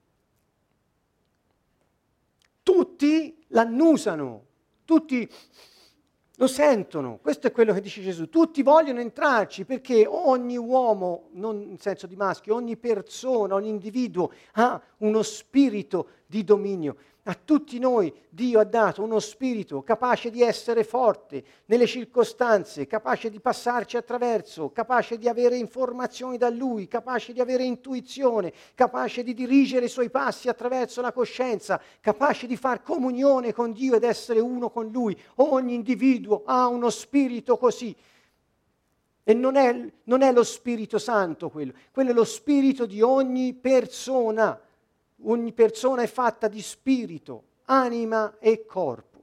tutti l'annusano, tutti lo sentono. Questo è quello che dice Gesù. Tutti vogliono entrarci perché ogni uomo, non in senso di maschio, ogni persona, ogni individuo ha uno spirito di dominio. A tutti noi Dio ha dato uno spirito capace di essere forte nelle circostanze, capace di passarci attraverso, capace di avere informazioni da Lui, capace di avere intuizione, capace di dirigere i suoi passi attraverso la coscienza, capace di far comunione con Dio ed essere uno con Lui. Ogni individuo ha uno spirito così. E non è lo Spirito Santo quello è lo spirito di ogni persona. Ogni persona è fatta di spirito, anima e corpo.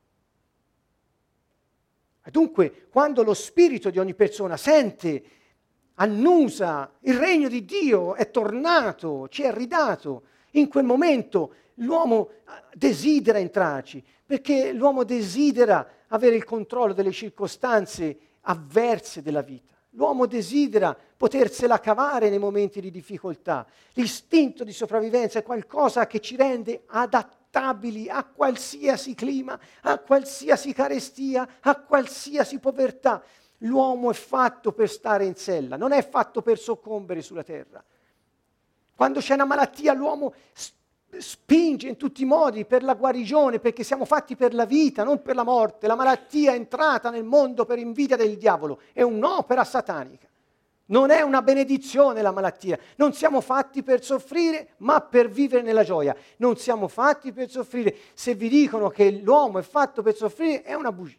E dunque, quando lo spirito di ogni persona sente, annusa, il regno di Dio è tornato, ci è ridato, in quel momento l'uomo desidera entrarci, perché l'uomo desidera avere il controllo delle circostanze avverse della vita. L'uomo desidera potersela cavare nei momenti di difficoltà. L'istinto di sopravvivenza è qualcosa che ci rende adattabili a qualsiasi clima, a qualsiasi carestia, a qualsiasi povertà. L'uomo è fatto per stare in sella, non è fatto per soccombere sulla terra. Quando c'è una malattia l'uomo spinge in tutti i modi per la guarigione, perché siamo fatti per la vita, non per la morte. La malattia è entrata nel mondo per invidia del diavolo, è un'opera satanica. Non è una benedizione la malattia. Non siamo fatti per soffrire, ma per vivere nella gioia. Non siamo fatti per soffrire. Se vi dicono che l'uomo è fatto per soffrire, è una bugia.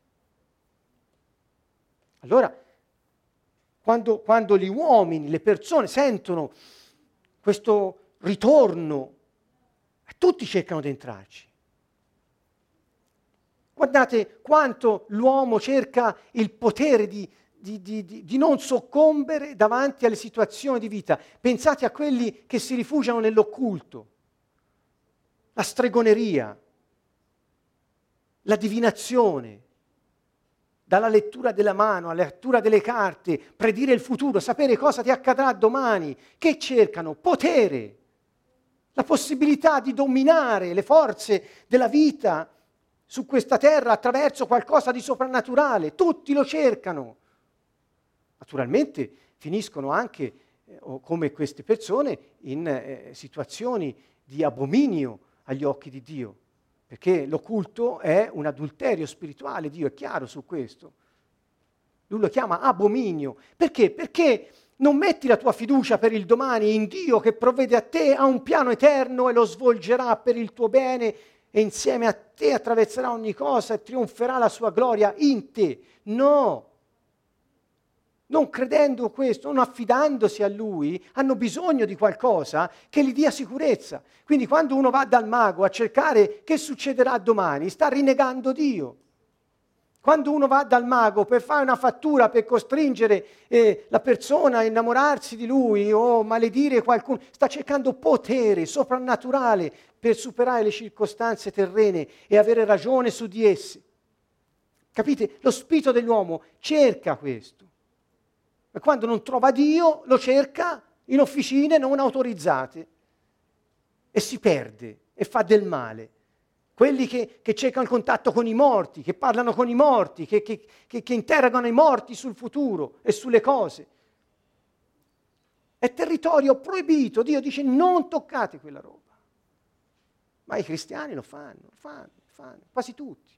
Allora, quando gli uomini, le persone sentono questo ritorno, tutti cercano di entrarci. Guardate quanto l'uomo cerca il potere di non soccombere davanti alle situazioni di vita. Pensate a quelli che si rifugiano nell'occulto, la stregoneria, la divinazione, dalla lettura della mano alla lettura delle carte, predire il futuro, sapere cosa ti accadrà domani. Che cercano? Potere. La possibilità di dominare le forze della vita su questa terra attraverso qualcosa di soprannaturale. Tutti lo cercano. Naturalmente finiscono anche, come queste persone, in situazioni di abominio agli occhi di Dio, perché l'occulto è un adulterio spirituale, Dio è chiaro su questo. Lui lo chiama abominio. Perché? Perché non metti la tua fiducia per il domani in Dio che provvede a te, ha un piano eterno e lo svolgerà per il tuo bene e insieme a te attraverserà ogni cosa e trionferà la sua gloria in te. No! Non credendo questo, non affidandosi a Lui, hanno bisogno di qualcosa che gli dia sicurezza. Quindi quando uno va dal mago a cercare che succederà domani, sta rinnegando Dio. Quando uno va dal mago per fare una fattura, per costringere la persona a innamorarsi di lui o maledire qualcuno, sta cercando potere soprannaturale per superare le circostanze terrene e avere ragione su di esse. Capite? Lo spirito dell'uomo cerca questo. E quando non trova Dio, lo cerca in officine non autorizzate e si perde e fa del male. Quelli che cercano il contatto con i morti, che parlano con i morti, che interrogano i morti sul futuro e sulle cose. È territorio proibito. Dio dice non toccate quella roba. Ma i cristiani lo fanno, quasi tutti.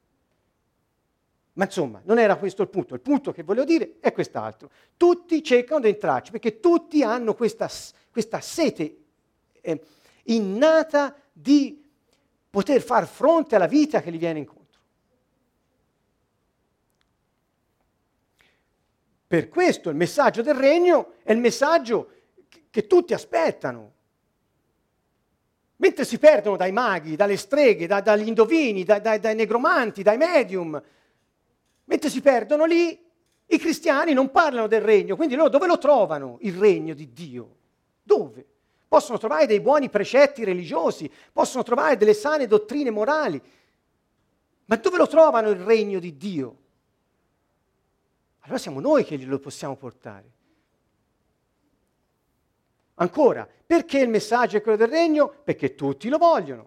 Ma insomma, non era questo il punto. Il punto che volevo dire è quest'altro. Tutti cercano di entrarci, perché tutti hanno questa sete innata di poter far fronte alla vita che gli viene incontro. Per questo il messaggio del regno è il messaggio che tutti aspettano. Mentre si perdono dai maghi, dalle streghe, dagli indovini, dai negromanti, dai medium, mentre si perdono lì, i cristiani non parlano del regno, quindi loro dove lo trovano il regno di Dio? Dove? Possono trovare dei buoni precetti religiosi, possono trovare delle sane dottrine morali, ma dove lo trovano il regno di Dio? Allora siamo noi che glielo possiamo portare. Ancora, perché il messaggio è quello del regno? Perché tutti lo vogliono.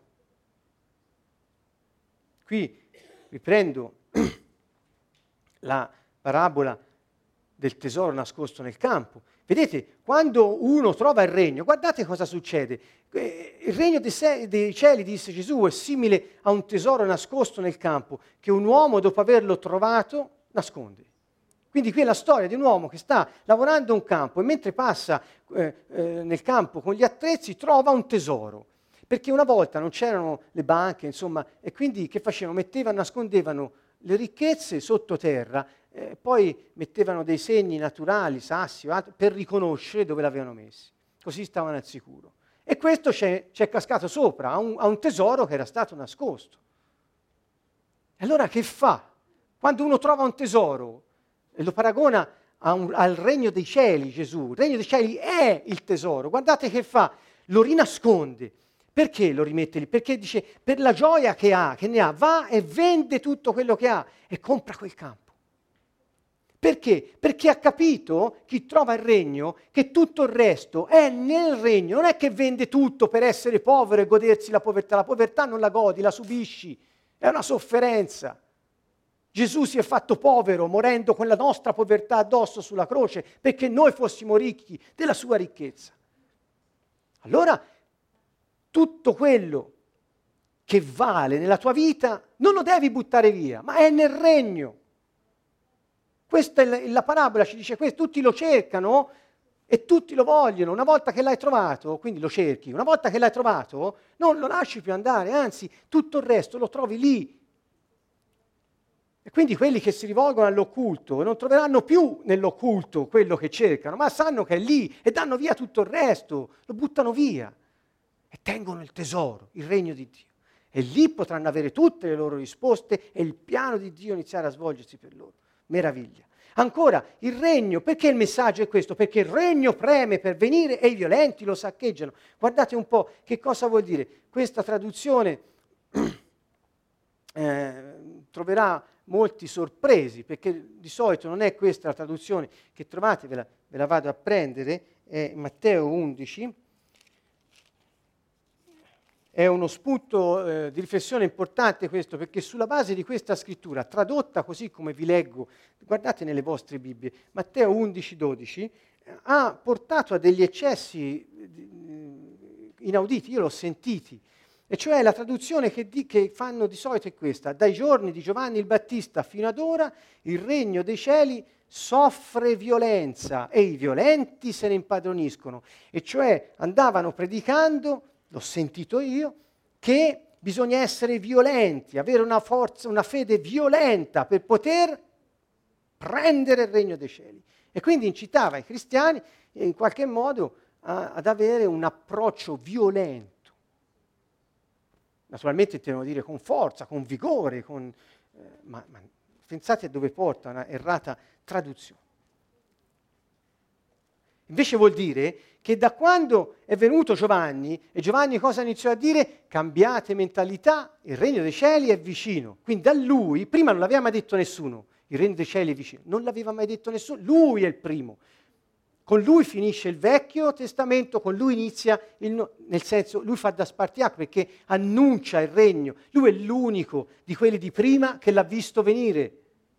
Qui riprendo la parabola del tesoro nascosto nel campo. Vedete, quando uno trova il regno, guardate cosa succede. Il regno dei cieli, disse Gesù, è simile a un tesoro nascosto nel campo che un uomo, dopo averlo trovato, nasconde. Quindi qui è la storia di un uomo che sta lavorando un campo e mentre passa nel campo con gli attrezzi trova un tesoro. Perché una volta non c'erano le banche, insomma, e quindi che facevano? Nascondevano le ricchezze sottoterra, poi mettevano dei segni naturali, sassi o altro, per riconoscere dove l'avevano messi. Così stavano al sicuro. E questo c'è cascato sopra, a un tesoro che era stato nascosto. E allora che fa? Quando uno trova un tesoro, e lo paragona al regno dei cieli, Gesù, il regno dei cieli è il tesoro, guardate che fa, lo rinasconde. Perché lo rimette lì? Perché dice, per la gioia che ne ha, va e vende tutto quello che ha e compra quel campo. Perché? Perché ha capito, chi trova il regno, che tutto il resto è nel regno, non è che vende tutto per essere povero e godersi la povertà non la godi, la subisci, è una sofferenza. Gesù si è fatto povero morendo con la nostra povertà addosso sulla croce perché noi fossimo ricchi della sua ricchezza. Allora, tutto quello che vale nella tua vita non lo devi buttare via, ma è nel regno. Questa è la parabola, ci dice questo, tutti lo cercano e tutti lo vogliono. Una volta che l'hai trovato, quindi lo cerchi, una volta che l'hai trovato non lo lasci più andare, anzi tutto il resto lo trovi lì. E quindi quelli che si rivolgono all'occulto non troveranno più nell'occulto quello che cercano, ma sanno che è lì e danno via tutto il resto, lo buttano via e tengono il tesoro, il regno di Dio. E lì potranno avere tutte le loro risposte e il piano di Dio iniziare a svolgersi per loro. Meraviglia. Ancora, il regno, perché il messaggio è questo? Perché il regno preme per venire e i violenti lo saccheggiano. Guardate un po' che cosa vuol dire. Questa traduzione troverà molti sorpresi, perché di solito non è questa la traduzione che trovate, ve la vado a prendere, è Matteo 11, è uno spunto di riflessione importante questo, perché sulla base di questa scrittura, tradotta così come vi leggo, guardate nelle vostre Bibbie, Matteo 11, 12, ha portato a degli eccessi inauditi, io l'ho sentiti, e cioè la traduzione che fanno di solito è questa: dai giorni di Giovanni il Battista fino ad ora il regno dei cieli soffre violenza e i violenti se ne impadroniscono. E cioè andavano predicando, l'ho sentito io, che bisogna essere violenti, avere una forza, una fede violenta per poter prendere il regno dei cieli. E quindi incitava i cristiani in qualche modo ad avere un approccio violento. Naturalmente intendono dire con forza, con vigore, ma pensate a dove porta una errata traduzione. Invece vuol dire che da quando è venuto Giovanni, e Giovanni cosa iniziò a dire? Cambiate mentalità, il regno dei cieli è vicino. Quindi da lui, prima non l'aveva mai detto nessuno, il regno dei cieli è vicino, non l'aveva mai detto nessuno, lui è il primo. Con lui finisce il Vecchio Testamento, con lui inizia, nel senso, lui fa da spartiacque perché annuncia il regno. Lui è l'unico di quelli di prima che l'ha visto venire.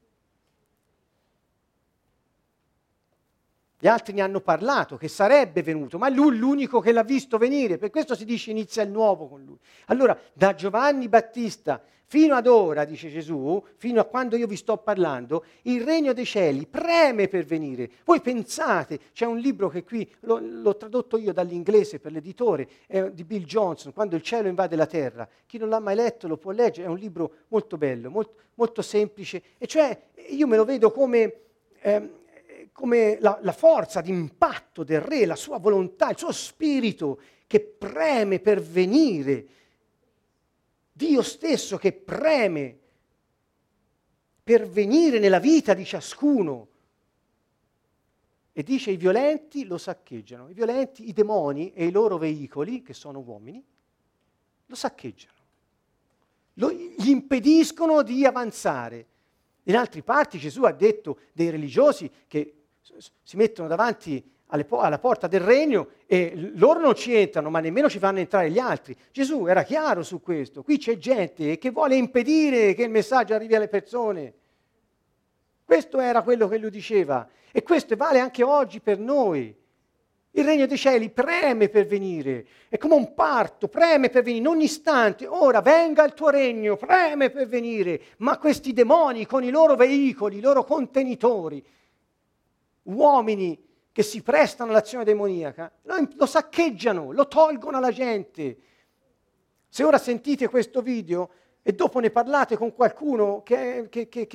Gli altri ne hanno parlato, che sarebbe venuto, ma lui è l'unico che l'ha visto venire. Per questo si dice inizia il nuovo con lui. Allora, da Giovanni Battista fino ad ora, dice Gesù, fino a quando io vi sto parlando, il regno dei cieli preme per venire. Voi pensate, c'è un libro che qui, l'ho tradotto io dall'inglese per l'editore, è di Bill Johnson, Quando il cielo invade la terra. Chi non l'ha mai letto lo può leggere, è un libro molto bello, molto semplice. E cioè io me lo vedo come come la forza d'impatto del re, la sua volontà, il suo spirito che preme per venire, Dio stesso che preme per venire nella vita di ciascuno. E dice i violenti lo saccheggiano, i violenti, i demoni e i loro veicoli, che sono uomini, lo saccheggiano, gli impediscono di avanzare. In altre parti Gesù ha detto dei religiosi che si mettono davanti alla porta del regno e loro non ci entrano, ma nemmeno ci fanno entrare gli altri. Gesù era chiaro su questo. Qui c'è gente che vuole impedire che il messaggio arrivi alle persone. Questo era quello che lui diceva e questo vale anche oggi per noi. Il regno dei cieli preme per venire, è come un parto, preme per venire in ogni istante. Ora venga il tuo regno, preme per venire, ma questi demoni con i loro veicoli, i loro contenitori, uomini che si prestano all'azione demoniaca, lo saccheggiano, lo tolgono alla gente. Se ora sentite questo video e dopo ne parlate con qualcuno che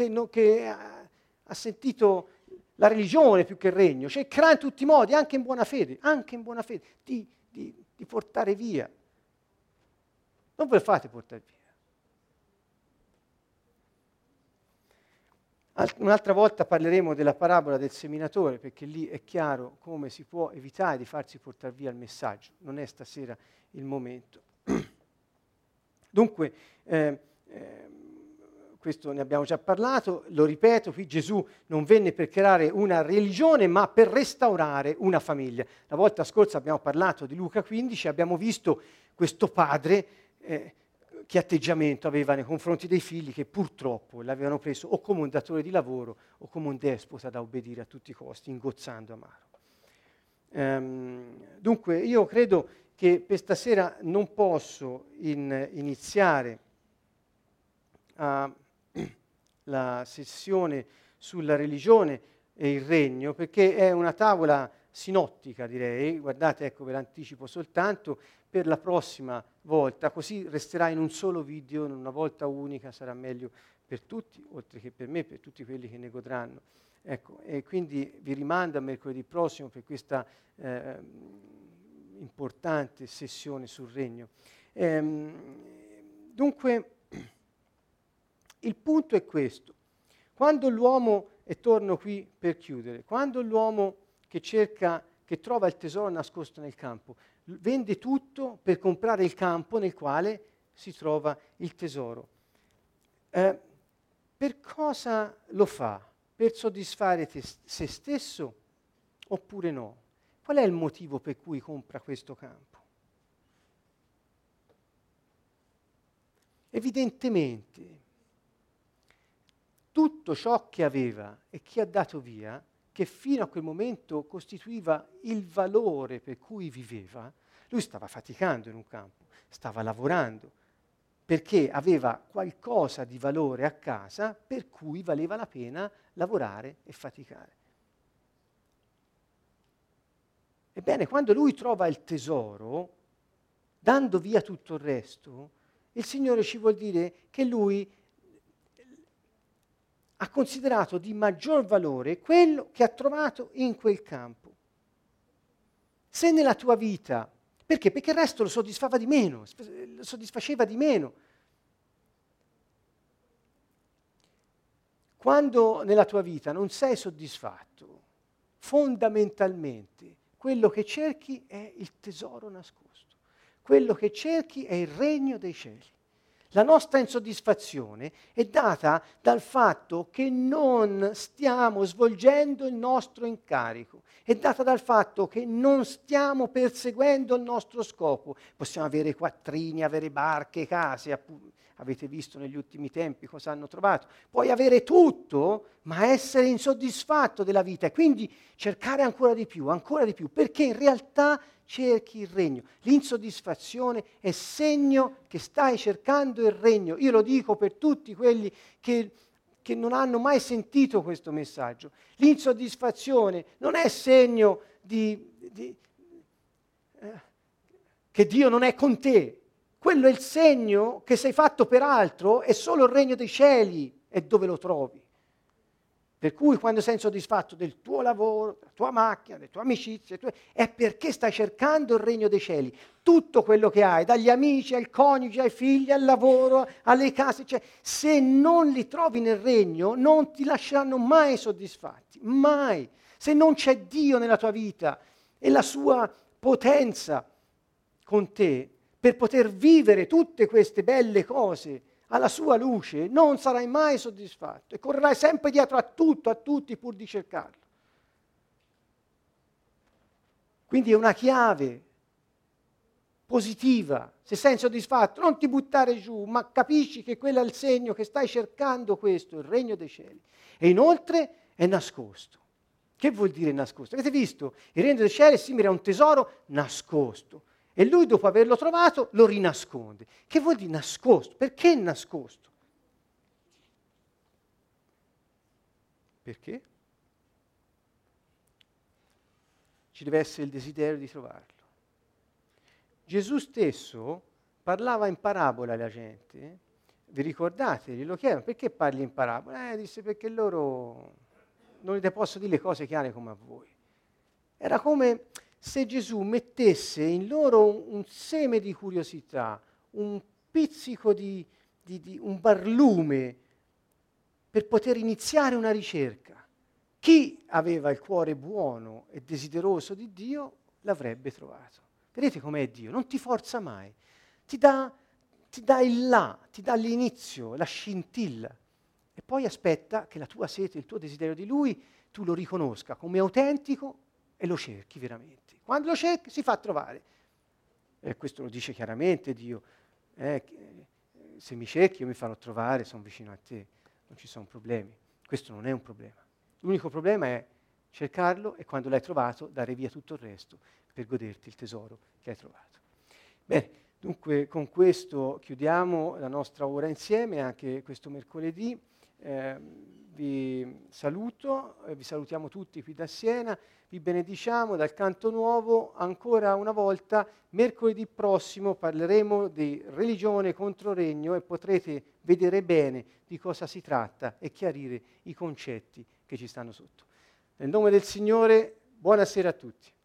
ha sentito la religione più che il regno, cercherà in tutti i modi, anche in buona fede, di portare via. Non ve lo fate portare via. Un'altra volta parleremo della parabola del seminatore, perché lì è chiaro come si può evitare di farsi portare via il messaggio. Non è stasera il momento. Dunque, questo ne abbiamo già parlato, lo ripeto, qui Gesù non venne per creare una religione, ma per restaurare una famiglia. La volta scorsa abbiamo parlato di Luca 15, abbiamo visto questo padre che atteggiamento aveva nei confronti dei figli che purtroppo l'avevano preso o come un datore di lavoro o come un despota da obbedire a tutti i costi, ingozzando amaro. Dunque io credo che per stasera non posso iniziare la sessione sulla religione e il regno, perché è una tavola sinottica, direi. Guardate, ecco, ve l'anticipo soltanto, per la prossima volta, così resterà in un solo video, in una volta unica, sarà meglio per tutti, oltre che per me, per tutti quelli che ne godranno. Ecco, e quindi vi rimando a mercoledì prossimo per questa importante sessione sul regno. Dunque, il punto è questo. Quando l'uomo, e torno qui per chiudere, quando l'uomo che trova il tesoro nascosto nel campo, vende tutto per comprare il campo nel quale si trova il tesoro. Per cosa lo fa? Per soddisfare se stesso oppure no? Qual è il motivo per cui compra questo campo? Evidentemente, tutto ciò che aveva e che ha dato via, che fino a quel momento costituiva il valore per cui viveva, lui stava faticando in un campo, stava lavorando, perché aveva qualcosa di valore a casa per cui valeva la pena lavorare e faticare. Ebbene, quando lui trova il tesoro, dando via tutto il resto, il Signore ci vuol dire che lui ha considerato di maggior valore quello che ha trovato in quel campo. Se nella tua vita, perché? Perché il resto lo soddisfava di meno, lo soddisfaceva di meno. Quando nella tua vita non sei soddisfatto, fondamentalmente quello che cerchi è il tesoro nascosto. Quello che cerchi è il regno dei cieli. La nostra insoddisfazione è data dal fatto che non stiamo svolgendo il nostro incarico, è data dal fatto che non stiamo perseguendo il nostro scopo. Possiamo avere quattrini, avere barche, case, avete visto negli ultimi tempi cosa hanno trovato. Puoi avere tutto, ma essere insoddisfatto della vita e quindi cercare ancora di più, perché in realtà cerchi il regno. L'insoddisfazione è segno che stai cercando il regno. Io lo dico per tutti quelli che non hanno mai sentito questo messaggio. L'insoddisfazione non è segno che Dio non è con te. Quello è il segno che sei fatto per altro e solo il regno dei cieli è dove lo trovi. Per cui quando sei insoddisfatto del tuo lavoro, della tua macchina, delle tue amicizie, è perché stai cercando il regno dei cieli. Tutto quello che hai, dagli amici al coniuge, ai figli, al lavoro, alle case, cioè, se non li trovi nel regno non ti lasceranno mai soddisfatti, mai. Se non c'è Dio nella tua vita e la sua potenza con te per poter vivere tutte queste belle cose alla sua luce, non sarai mai soddisfatto e correrai sempre dietro a tutto, a tutti, pur di cercarlo. Quindi è una chiave positiva. Se sei insoddisfatto, non ti buttare giù, ma capisci che quello è il segno che stai cercando questo, il regno dei cieli. E inoltre è nascosto. Che vuol dire nascosto? Avete visto? Il regno dei cieli è simile a un tesoro nascosto. E lui, dopo averlo trovato, lo rinasconde. Che vuol dire nascosto? Perché nascosto? Perché? Ci deve essere il desiderio di trovarlo. Gesù stesso parlava in parabola alla gente. Vi ricordate? Glielo chiedono, perché parli in parabola? Disse, perché loro non gli posso dire le cose chiare come a voi. Era come se Gesù mettesse in loro un seme di curiosità, un pizzico di un barlume per poter iniziare una ricerca. Chi aveva il cuore buono e desideroso di Dio l'avrebbe trovato. Vedete com'è Dio? Non ti forza mai, ti dà il là, ti dà l'inizio, la scintilla e poi aspetta che la tua sete, il tuo desiderio di Lui, tu lo riconosca come autentico e lo cerchi veramente. Quando lo cerchi si fa trovare. E questo lo dice chiaramente Dio. Se mi cerchi io mi farò trovare, sono vicino a te, non ci sono problemi. Questo non è un problema. L'unico problema è cercarlo e quando l'hai trovato dare via tutto il resto per goderti il tesoro che hai trovato. Bene, dunque con questo chiudiamo la nostra ora insieme, anche questo mercoledì. Vi saluto, vi salutiamo tutti qui da Siena, vi benediciamo dal canto nuovo. Ancora una volta, mercoledì prossimo parleremo di religione contro regno e potrete vedere bene di cosa si tratta e chiarire i concetti che ci stanno sotto. Nel nome del Signore, buonasera a tutti.